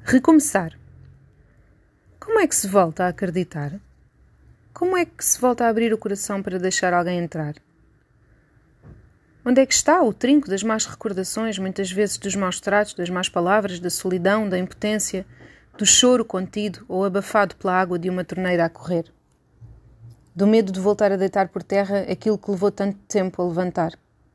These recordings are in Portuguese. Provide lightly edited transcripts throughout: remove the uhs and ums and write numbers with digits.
Recomeçar. Como é que se volta a acreditar? Como é que se volta a abrir o coração para deixar alguém entrar? Onde é que está o trinco das más recordações, muitas vezes dos maus tratos, das más palavras, da solidão, da impotência, do choro contido ou abafado pela água de uma torneira a correr? Do medo de voltar a deitar por terra aquilo que levou tanto tempo a levantar?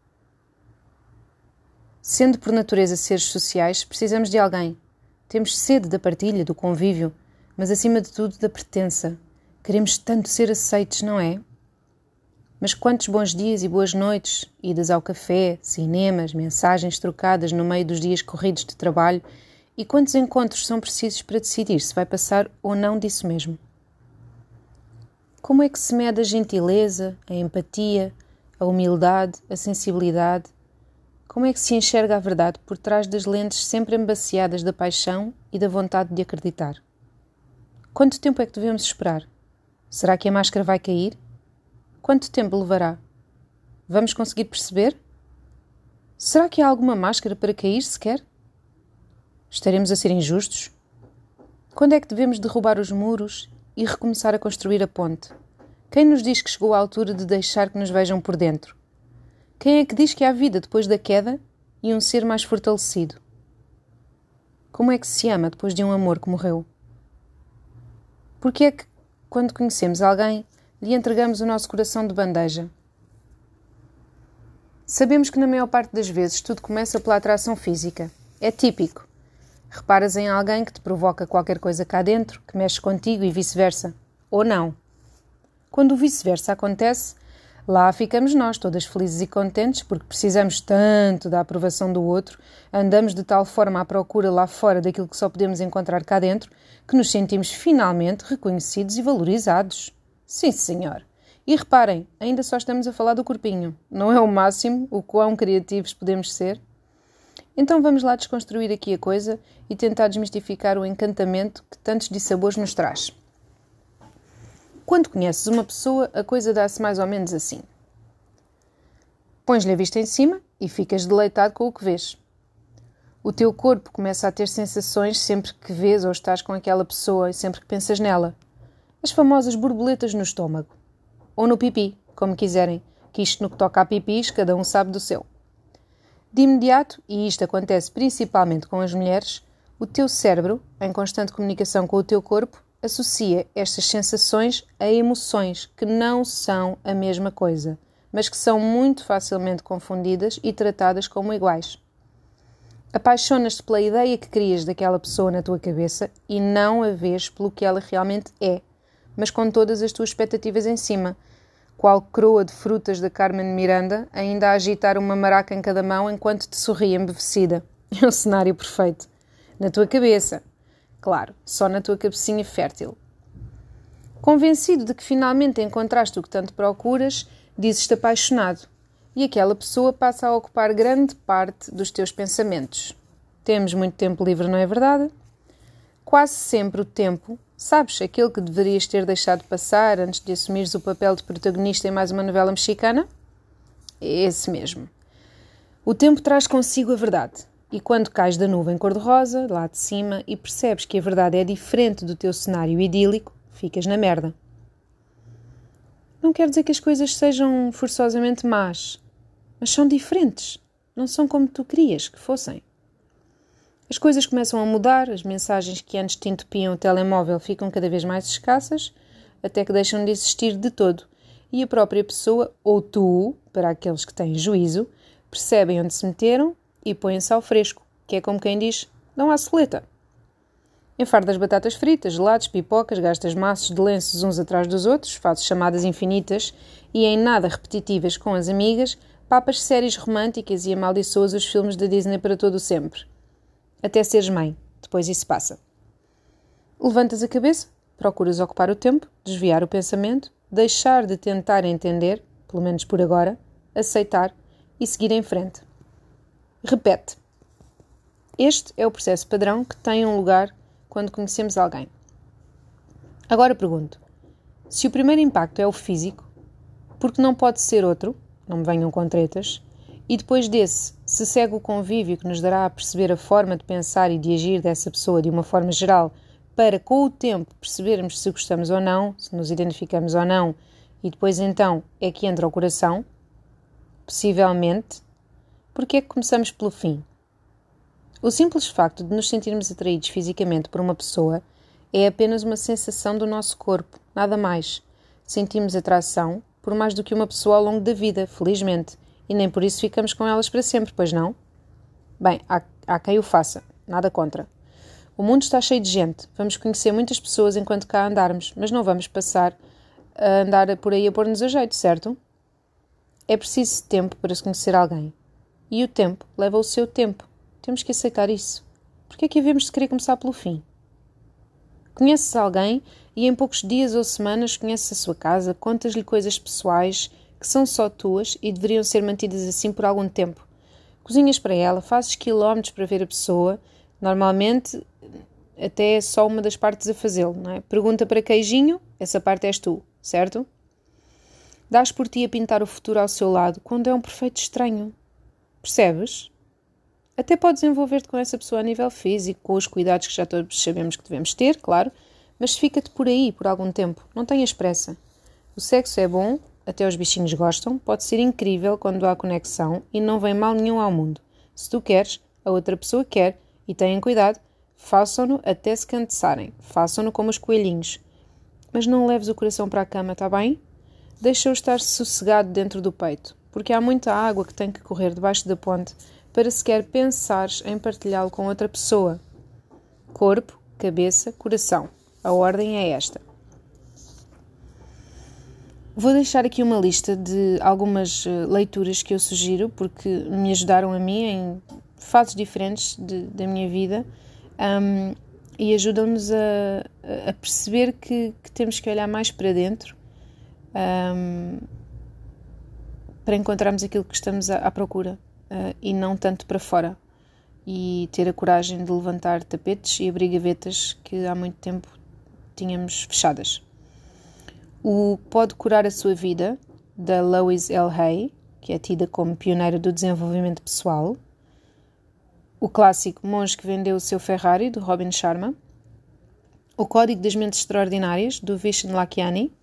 Sendo por natureza seres sociais, precisamos de alguém. Temos sede da partilha, do convívio, mas acima de tudo da pertença. Queremos tanto ser aceitos, não é? Mas quantos bons dias e boas noites, idas ao café, cinemas, mensagens trocadas no meio dos dias corridos de trabalho, e quantos encontros são precisos para decidir se vai passar ou não disso mesmo? Como é que se mede a gentileza, a empatia, a humildade, a sensibilidade? Como é que se enxerga a verdade por trás das lentes sempre embaciadas da paixão e da vontade de acreditar? Quanto tempo é que devemos esperar? Será que a máscara vai cair? Quanto tempo levará? Vamos conseguir perceber? Será que há alguma máscara para cair sequer? Estaremos a ser injustos? Quando é que devemos derrubar os muros e recomeçar a construir a ponte? Quem nos diz que chegou a altura de deixar que nos vejam por dentro? Quem é que diz que há vida depois da queda e um ser mais fortalecido? Como é que se ama depois de um amor que morreu? Porque é que, quando conhecemos alguém, lhe entregamos o nosso coração de bandeja? Sabemos que na maior parte das vezes tudo começa pela atração física. É típico. Reparas em alguém que te provoca qualquer coisa cá dentro, que mexe contigo e vice-versa. Ou não. Quando o vice-versa acontece, lá ficamos nós, todas felizes e contentes, porque precisamos tanto da aprovação do outro, andamos de tal forma à procura lá fora daquilo que só podemos encontrar cá dentro, que nos sentimos finalmente reconhecidos e valorizados. Sim, senhor. E reparem, ainda só estamos a falar do corpinho. Não é o máximo o quão criativos podemos ser? Então vamos lá desconstruir aqui a coisa e tentar desmistificar o encantamento que tantos dissabores nos traz. Quando conheces uma pessoa, a coisa dá-se mais ou menos assim. Pões-lhe a vista em cima e ficas deleitado com o que vês. O teu corpo começa a ter sensações sempre que vês ou estás com aquela pessoa e sempre que pensas nela. As famosas borboletas no estômago. Ou no pipi, como quiserem, que isto no que toca a pipis, cada um sabe do seu. De imediato, e isto acontece principalmente com as mulheres, o teu cérebro, em constante comunicação com o teu corpo, associa estas sensações a emoções que não são a mesma coisa, mas que são muito facilmente confundidas e tratadas como iguais. Apaixonas-te pela ideia que crias daquela pessoa na tua cabeça e não a vês pelo que ela realmente é, mas com todas as tuas expectativas em cima, qual coroa de frutas da Carmen Miranda, ainda a agitar uma maraca em cada mão enquanto te sorri embevecida. É um cenário perfeito. Na tua cabeça. Claro, só na tua cabecinha fértil. Convencido de que finalmente encontraste o que tanto procuras, dizes-te apaixonado. E aquela pessoa passa a ocupar grande parte dos teus pensamentos. Temos muito tempo livre, não é verdade? Quase sempre o tempo, sabes, aquele que deverias ter deixado passar antes de assumires o papel de protagonista em mais uma novela mexicana? É esse mesmo. O tempo traz consigo a verdade. E quando cais da nuvem cor-de-rosa, lá de cima, e percebes que a verdade é diferente do teu cenário idílico, ficas na merda. Não quer dizer que as coisas sejam forçosamente más, mas são diferentes. Não são como tu querias que fossem. As coisas começam a mudar, as mensagens que antes te entupiam o telemóvel ficam cada vez mais escassas, até que deixam de existir de todo. E a própria pessoa, ou tu, para aqueles que têm juízo, percebem onde se meteram e põem-se ao fresco, que é como quem diz, não há soleta. Enfardas batatas fritas, gelados, pipocas, gastas maços de lenços uns atrás dos outros, fazes chamadas infinitas e em nada repetitivas com as amigas, papas séries românticas e amaldiçoas os filmes da Disney para todo o sempre. Até seres mãe, depois isso passa. Levantas a cabeça, procuras ocupar o tempo, desviar o pensamento, deixar de tentar entender, pelo menos por agora, aceitar e seguir em frente. Repete. Este é o processo padrão que tem um lugar quando conhecemos alguém. Agora pergunto, se o primeiro impacto é o físico, porque não pode ser outro, não me venham com tretas, E depois desse, se segue o convívio que nos dará a perceber a forma de pensar e de agir dessa pessoa de uma forma geral, para com o tempo percebermos se gostamos ou não, se nos identificamos ou não, e depois então é que entra o coração, possivelmente, porque é que começamos pelo fim? O simples facto de nos sentirmos atraídos fisicamente por uma pessoa é apenas uma sensação do nosso corpo, nada mais. Sentimos atração por mais do que uma pessoa ao longo da vida, felizmente, e nem por isso ficamos com elas para sempre, pois não? Bem, há quem o faça, nada contra. O mundo está cheio de gente, vamos conhecer muitas pessoas enquanto cá andarmos, mas não vamos passar a andar por aí a pôr-nos a jeito, certo? É preciso tempo para se conhecer alguém. E o tempo leva o seu tempo. Temos que aceitar isso. Porque é que havemos de querer começar pelo fim? Conheces alguém e em poucos dias ou semanas conheces a sua casa, contas-lhe coisas pessoais que são só tuas e deveriam ser mantidas assim por algum tempo. Cozinhas para ela, fazes quilómetros para ver a pessoa, normalmente até é só uma das partes a fazê-lo, não é? Pergunta para queijinho, essa parte és tu, certo? Dás por ti a pintar o futuro ao seu lado quando é um perfeito estranho. Percebes? Até podes envolver-te com essa pessoa a nível físico, com os cuidados que já todos sabemos que devemos ter, claro, mas fica-te por aí por algum tempo, não tenhas pressa. O sexo é bom, até os bichinhos gostam, pode ser incrível quando há conexão e não vem mal nenhum ao mundo. Se tu queres, a outra pessoa quer, e tenham cuidado, façam-no até se cansarem, façam-no como os coelhinhos. Mas não leves o coração para a cama, tá bem? Deixa-o estar sossegado dentro do peito, porque há muita água que tem que correr debaixo da ponte para sequer pensares em partilhá-lo com outra pessoa. Corpo, cabeça, coração. A ordem é esta. Vou deixar aqui uma lista de algumas leituras que eu sugiro, porque me ajudaram a mim em fases diferentes da minha vida e ajudam-nos a perceber que temos que olhar mais para dentro para encontrarmos aquilo que estamos à procura. E não tanto para fora, e ter a coragem de levantar tapetes e abrir gavetas que há muito tempo tínhamos fechadas. O Pode Curar a Sua Vida, da Louise L. Hay, que é tida como pioneira do desenvolvimento pessoal. O clássico Monge que Vendeu o Seu Ferrari, do Robin Sharma. O Código das Mentes Extraordinárias, do Vishen Lakhiani.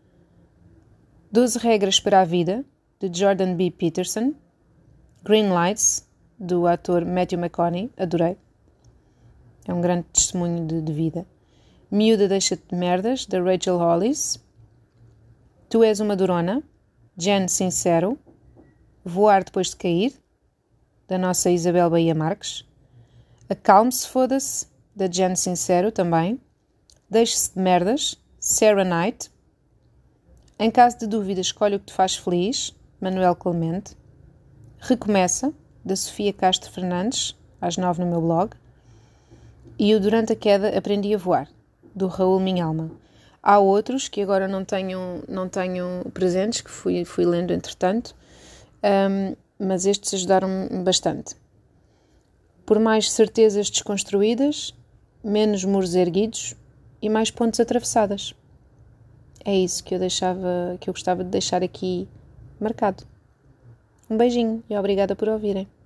12 Regras para a Vida, de Jordan B. Peterson. Green Lights, do ator Matthew McConaughey, adorei. É um grande testemunho de vida. Miúda Deixa-te de Merdas, da Rachel Hollis. Tu És uma Durona, Jen Sincero. Voar Depois de Cair, da nossa Isabel Bahia Marques. Acalme-se, Foda-se, da Jen Sincero também. Deixe-se de Merdas, Sarah Knight. Em caso de dúvida, escolhe o que te faz feliz, Manuel Clemente. Recomeça, da Sofia Castro Fernandes, às 9 no meu blog. E o Durante a Queda Aprendi a Voar, do Raul Minhalma. Há outros que agora não tenho presentes, que fui lendo entretanto, mas estes ajudaram-me bastante. Por mais certezas desconstruídas, menos muros erguidos e mais pontes atravessadas. É isso que eu gostava de deixar aqui marcado. Um beijinho e obrigada por ouvirem.